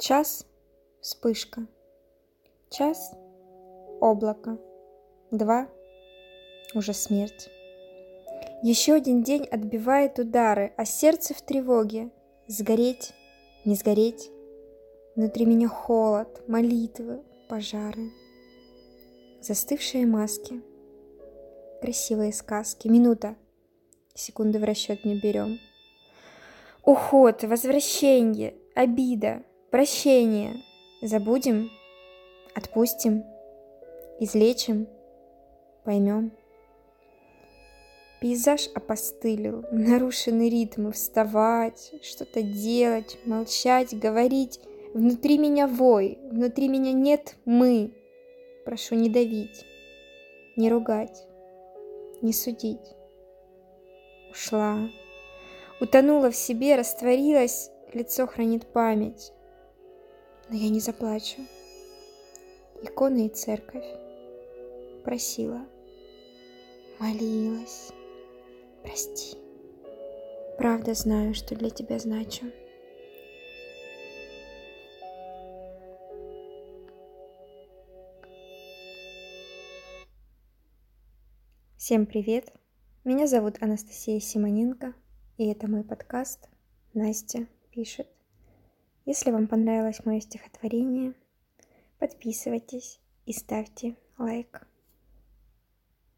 Час — вспышка, час — облако, 2 — уже смерть. Еще один день отбивает удары, а сердце в тревоге. Сгореть, не сгореть. Внутри меня холод, молитвы, пожары. Застывшие маски, красивые сказки. Минута, секунды в расчет не берем. Уход, возвращение, обида, прощение. Забудем, отпустим, излечим, поймем. Пейзаж опостылил, нарушены ритмы, вставать, что-то делать, молчать, говорить. Внутри меня вой, внутри меня нет мы. Прошу не давить, не ругать, не судить. Ушла, утонула в себе, растворилась, лицо хранит память. Но я не заплачу. Икона и церковь просила, молилась. Прости. Правда знаю, что для тебя значу. Всем привет! Меня зовут Анастасия Симоненко, и это мой подкаст «Настя пишет». Если вам понравилось мое стихотворение, подписывайтесь и ставьте лайк.